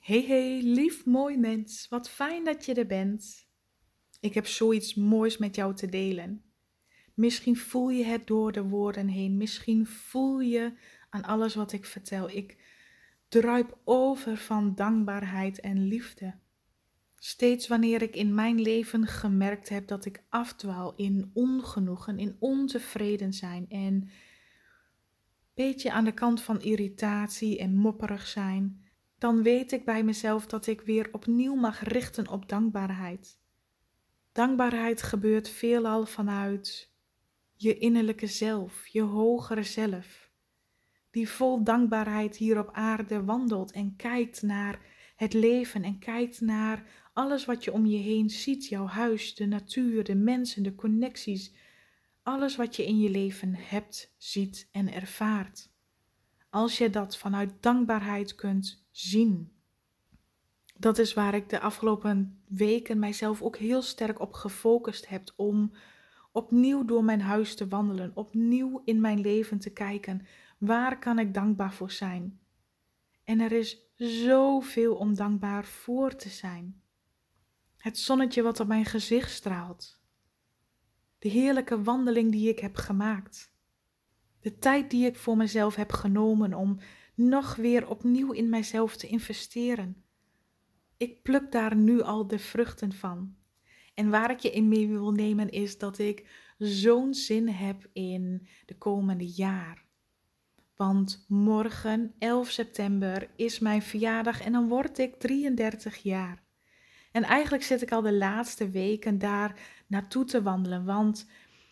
Hey hey, lief mooi mens, wat fijn dat je er bent. Ik heb zoiets moois met jou te delen. Misschien voel je het door de woorden heen, misschien voel je aan alles wat ik vertel. Ik druip over van dankbaarheid en liefde. Steeds wanneer ik in mijn leven gemerkt heb dat ik afdwaal in ongenoegen, in ontevreden zijn en een beetje aan de kant van irritatie en mopperig zijn, dan weet ik bij mezelf dat ik weer opnieuw mag richten op dankbaarheid. Dankbaarheid gebeurt veelal vanuit je innerlijke zelf, je hogere zelf, die vol dankbaarheid hier op aarde wandelt en kijkt naar het leven en kijkt naar alles wat je om je heen ziet, jouw huis, de natuur, de mensen, de connecties, alles wat je in je leven hebt, ziet en ervaart. Als je dat vanuit dankbaarheid kunt zien. Dat is waar ik de afgelopen weken mijzelf ook heel sterk op gefocust heb om opnieuw door mijn huis te wandelen, opnieuw in mijn leven te kijken. Waar kan ik dankbaar voor zijn? En er is zoveel om dankbaar voor te zijn. Het zonnetje wat op mijn gezicht straalt. De heerlijke wandeling die ik heb gemaakt. De tijd die ik voor mezelf heb genomen om nog weer opnieuw in mijzelf te investeren. Ik pluk daar nu al de vruchten van. En waar ik je in mee wil nemen is dat ik zo'n zin heb in de komende jaar. Want morgen, 11 september, is mijn verjaardag en dan word ik 33 jaar. En eigenlijk zit ik al de laatste weken daar naartoe te wandelen, want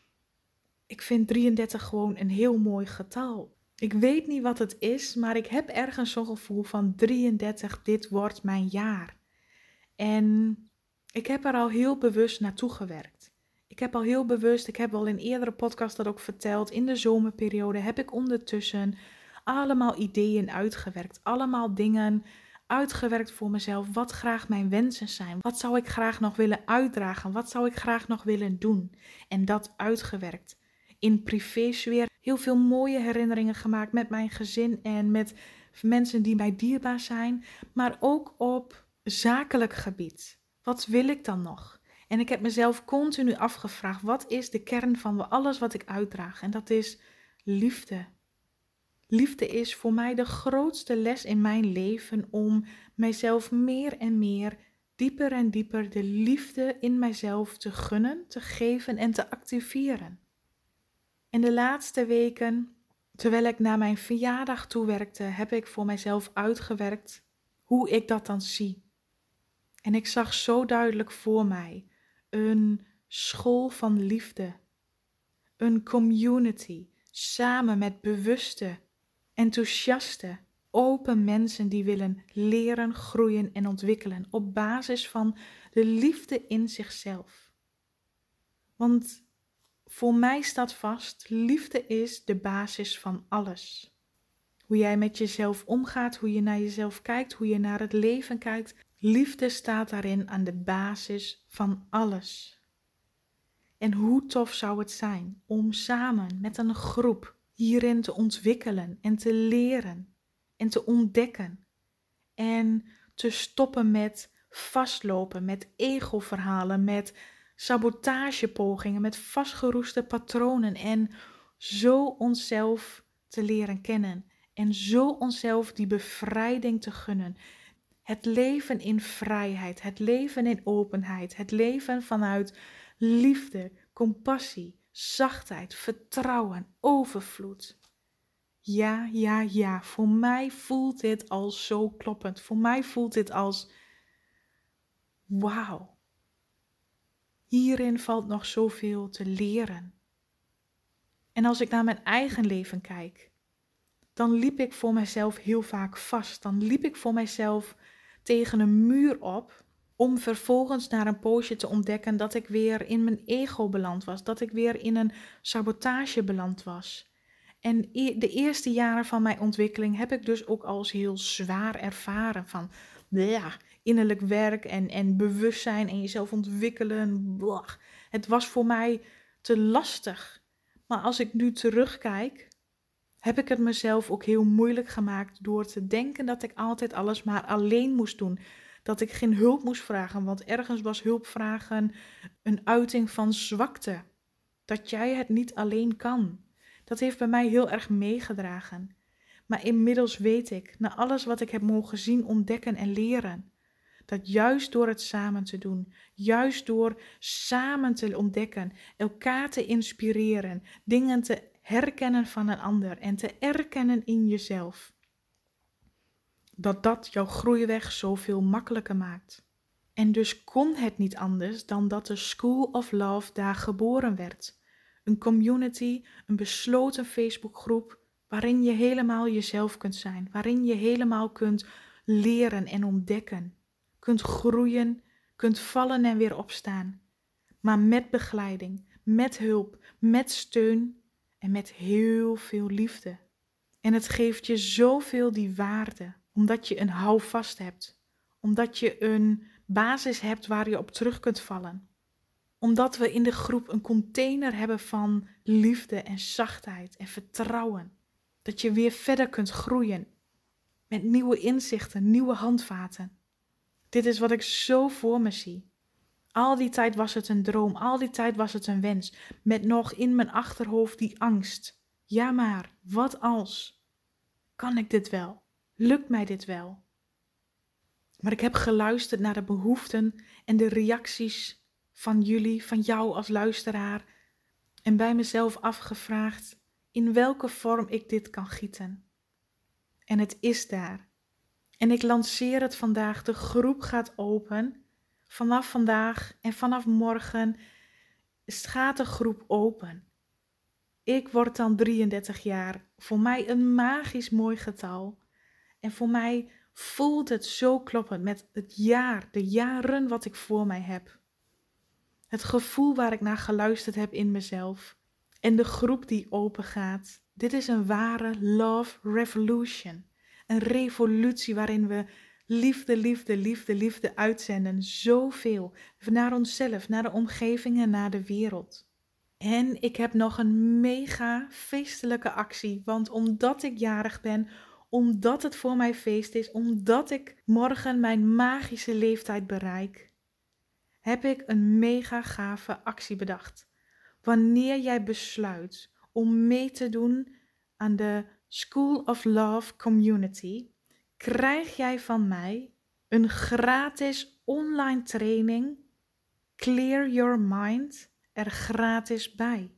ik vind 33 gewoon een heel mooi getal. Ik weet niet wat het is, maar ik heb ergens zo'n gevoel van 33, dit wordt mijn jaar. En ik heb er al heel bewust naartoe gewerkt. Ik heb al in eerdere podcasts dat ook verteld, in de zomerperiode heb ik ondertussen allemaal ideeën uitgewerkt. Allemaal dingen uitgewerkt voor mezelf, wat graag mijn wensen zijn. Wat zou ik graag nog willen uitdragen? Wat zou ik graag nog willen doen? En dat uitgewerkt. In privésfeer heel veel mooie herinneringen gemaakt met mijn gezin en met mensen die mij dierbaar zijn. Maar ook op zakelijk gebied. Wat wil ik dan nog? En ik heb mezelf continu afgevraagd, wat is de kern van alles wat ik uitdraag? En dat is liefde. Liefde is voor mij de grootste les in mijn leven om mijzelf meer en meer, dieper en dieper de liefde in mijzelf te gunnen, te geven en te activeren. In de laatste weken, terwijl ik naar mijn verjaardag toe werkte, heb ik voor mijzelf uitgewerkt hoe ik dat dan zie. En ik zag zo duidelijk voor mij een school van liefde, een community, samen met bewuste, enthousiaste, open mensen die willen leren, groeien en ontwikkelen op basis van de liefde in zichzelf. Want voor mij staat vast, liefde is de basis van alles. Hoe jij met jezelf omgaat, hoe je naar jezelf kijkt, hoe je naar het leven kijkt. Liefde staat daarin aan de basis van alles. En hoe tof zou het zijn om samen met een groep hierin te ontwikkelen en te leren en te ontdekken. En te stoppen met vastlopen, met egoverhalen, met sabotagepogingen, met vastgeroeste patronen en zo onszelf te leren kennen en zo onszelf die bevrijding te gunnen. Het leven in vrijheid, het leven in openheid, het leven vanuit liefde, compassie, zachtheid, vertrouwen, overvloed. Ja, ja, ja, voor mij voelt dit als zo kloppend. Voor mij voelt dit als wauw. Hierin valt nog zoveel te leren. En als ik naar mijn eigen leven kijk, dan liep ik voor mezelf heel vaak vast. Dan liep ik voor mezelf tegen een muur op, om vervolgens na een poosje te ontdekken dat ik weer in mijn ego beland was. Dat ik weer in een sabotage beland was. En de eerste jaren van mijn ontwikkeling heb ik dus ook als heel zwaar ervaren van ja, innerlijk werk en bewustzijn en jezelf ontwikkelen. Blah. Het was voor mij te lastig. Maar als ik nu terugkijk, Heb ik het mezelf ook heel moeilijk gemaakt door te denken dat ik altijd alles maar alleen moest doen. Dat ik geen hulp moest vragen, want ergens was hulp vragen een uiting van zwakte. Dat jij het niet alleen kan. Dat heeft bij mij heel erg meegedragen. Maar inmiddels weet ik, na alles wat ik heb mogen zien, ontdekken en leren, dat juist door het samen te doen, juist door samen te ontdekken, elkaar te inspireren, dingen te herkennen van een ander en te erkennen in jezelf, dat jouw groeiweg zoveel makkelijker maakt. En dus kon het niet anders dan dat de School of Love daar geboren werd. Een community, een besloten Facebookgroep waarin je helemaal jezelf kunt zijn, waarin je helemaal kunt leren en ontdekken, kunt groeien, kunt vallen en weer opstaan. Maar met begeleiding, met hulp, met steun en met heel veel liefde. En het geeft je zoveel die waarde, omdat je een houvast hebt, omdat je een basis hebt waar je op terug kunt vallen. Omdat we in de groep een container hebben van liefde en zachtheid en vertrouwen. Dat je weer verder kunt groeien met nieuwe inzichten, nieuwe handvaten. Dit is wat ik zo voor me zie. Al die tijd was het een droom, al die tijd was het een wens. Met nog in mijn achterhoofd die angst. Ja maar, wat als? Kan ik dit wel? Lukt mij dit wel? Maar ik heb geluisterd naar de behoeften en de reacties van jullie, van jou als luisteraar. En bij mezelf afgevraagd in welke vorm ik dit kan gieten. En het is daar. En ik lanceer het vandaag. De groep gaat open. Vanaf vandaag en vanaf morgen gaat de groep open. Ik word dan 33 jaar. Voor mij een magisch mooi getal. En voor mij voelt het zo kloppend met het jaar, de jaren wat ik voor mij heb. Het gevoel waar ik naar geluisterd heb in mezelf. En de groep die open gaat. Dit is een ware love revolution. Een revolutie waarin we liefde, liefde, liefde, liefde uitzenden. Zoveel. Naar onszelf, naar de omgeving en naar de wereld. En ik heb nog een mega feestelijke actie. Want omdat ik jarig ben, omdat het voor mij feest is, omdat ik morgen mijn magische leeftijd bereik, heb ik een mega gave actie bedacht. Wanneer jij besluit om mee te doen aan de School of Love Community, krijg jij van mij een gratis online training Clear Your Mind er gratis bij.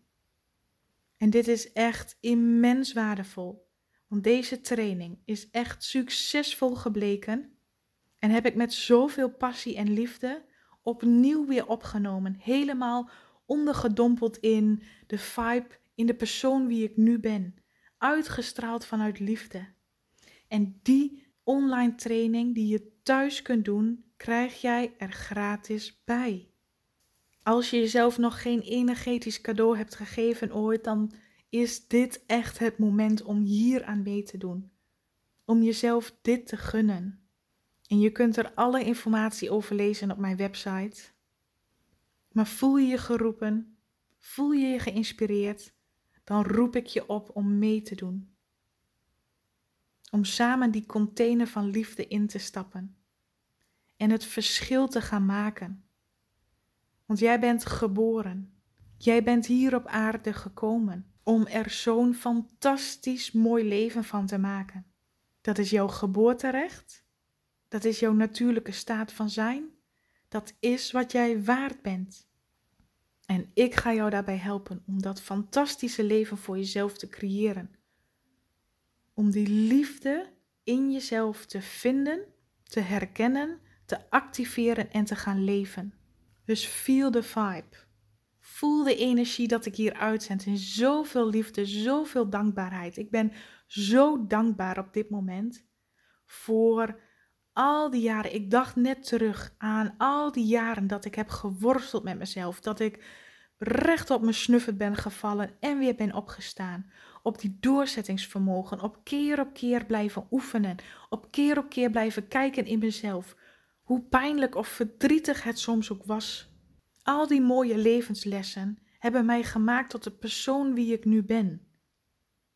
En dit is echt immens waardevol, want deze training is echt succesvol gebleken en heb ik met zoveel passie en liefde opnieuw weer opgenomen, helemaal ondergedompeld in de vibe, in de persoon wie ik nu ben, uitgestraald vanuit liefde. En die online training die je thuis kunt doen, krijg jij er gratis bij. Als je jezelf nog geen energetisch cadeau hebt gegeven ooit, dan is dit echt het moment om hier aan mee te doen. Om jezelf dit te gunnen. En je kunt er alle informatie over lezen op mijn website. Maar voel je je geroepen, voel je je geïnspireerd, dan roep ik je op om mee te doen. Om samen die container van liefde in te stappen. En het verschil te gaan maken. Want jij bent geboren. Jij bent hier op aarde gekomen om er zo'n fantastisch mooi leven van te maken. Dat is jouw geboorterecht. Dat is jouw natuurlijke staat van zijn. Dat is wat jij waard bent. En ik ga jou daarbij helpen om dat fantastische leven voor jezelf te creëren. Om die liefde in jezelf te vinden, te herkennen, te activeren en te gaan leven. Dus feel the vibe. Voel de energie dat ik hier uitzend in zoveel liefde, zoveel dankbaarheid. Ik ben zo dankbaar op dit moment voor al die jaren. Ik dacht net terug aan al die jaren dat ik heb geworsteld met mezelf. Dat ik recht op mijn snuffert ben gevallen en weer ben opgestaan. Op die doorzettingsvermogen, op keer blijven oefenen. Op keer blijven kijken in mezelf. Hoe pijnlijk of verdrietig het soms ook was. Al die mooie levenslessen hebben mij gemaakt tot de persoon wie ik nu ben.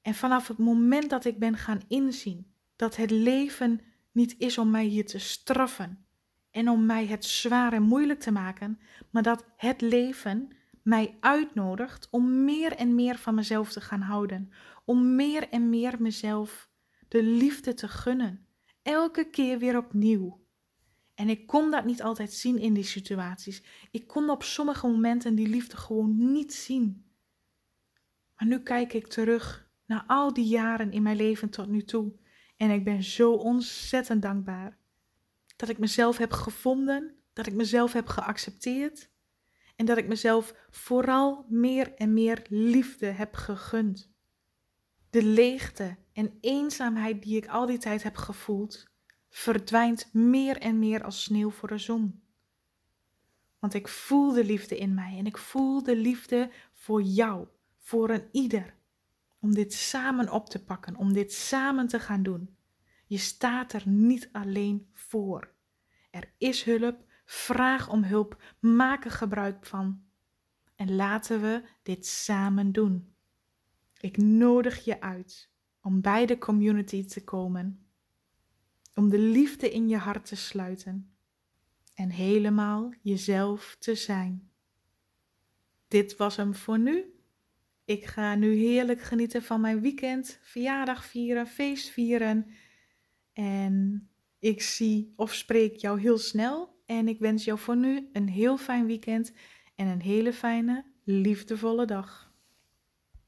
En vanaf het moment dat ik ben gaan inzien dat het leven niet is om mij hier te straffen en om mij het zwaar en moeilijk te maken, maar dat het leven mij uitnodigt om meer en meer van mezelf te gaan houden, om meer en meer mezelf de liefde te gunnen, elke keer weer opnieuw. En ik kon dat niet altijd zien in die situaties. Ik kon op sommige momenten die liefde gewoon niet zien. Maar nu kijk ik terug naar al die jaren in mijn leven tot nu toe. En ik ben zo ontzettend dankbaar dat ik mezelf heb gevonden, dat ik mezelf heb geaccepteerd en dat ik mezelf vooral meer en meer liefde heb gegund. De leegte en eenzaamheid die ik al die tijd heb gevoeld, verdwijnt meer en meer als sneeuw voor de zon. Want ik voel de liefde in mij en ik voel de liefde voor jou, voor een ieder. Om dit samen op te pakken, om dit samen te gaan doen. Je staat er niet alleen voor. Er is hulp, vraag om hulp, maak er gebruik van. En laten we dit samen doen. Ik nodig je uit om bij de community te komen. Om de liefde in je hart te sluiten. En helemaal jezelf te zijn. Dit was hem voor nu. Ik ga nu heerlijk genieten van mijn weekend, verjaardag vieren, feest vieren. En ik zie of spreek jou heel snel. En ik wens jou voor nu een heel fijn weekend en een hele fijne, liefdevolle dag.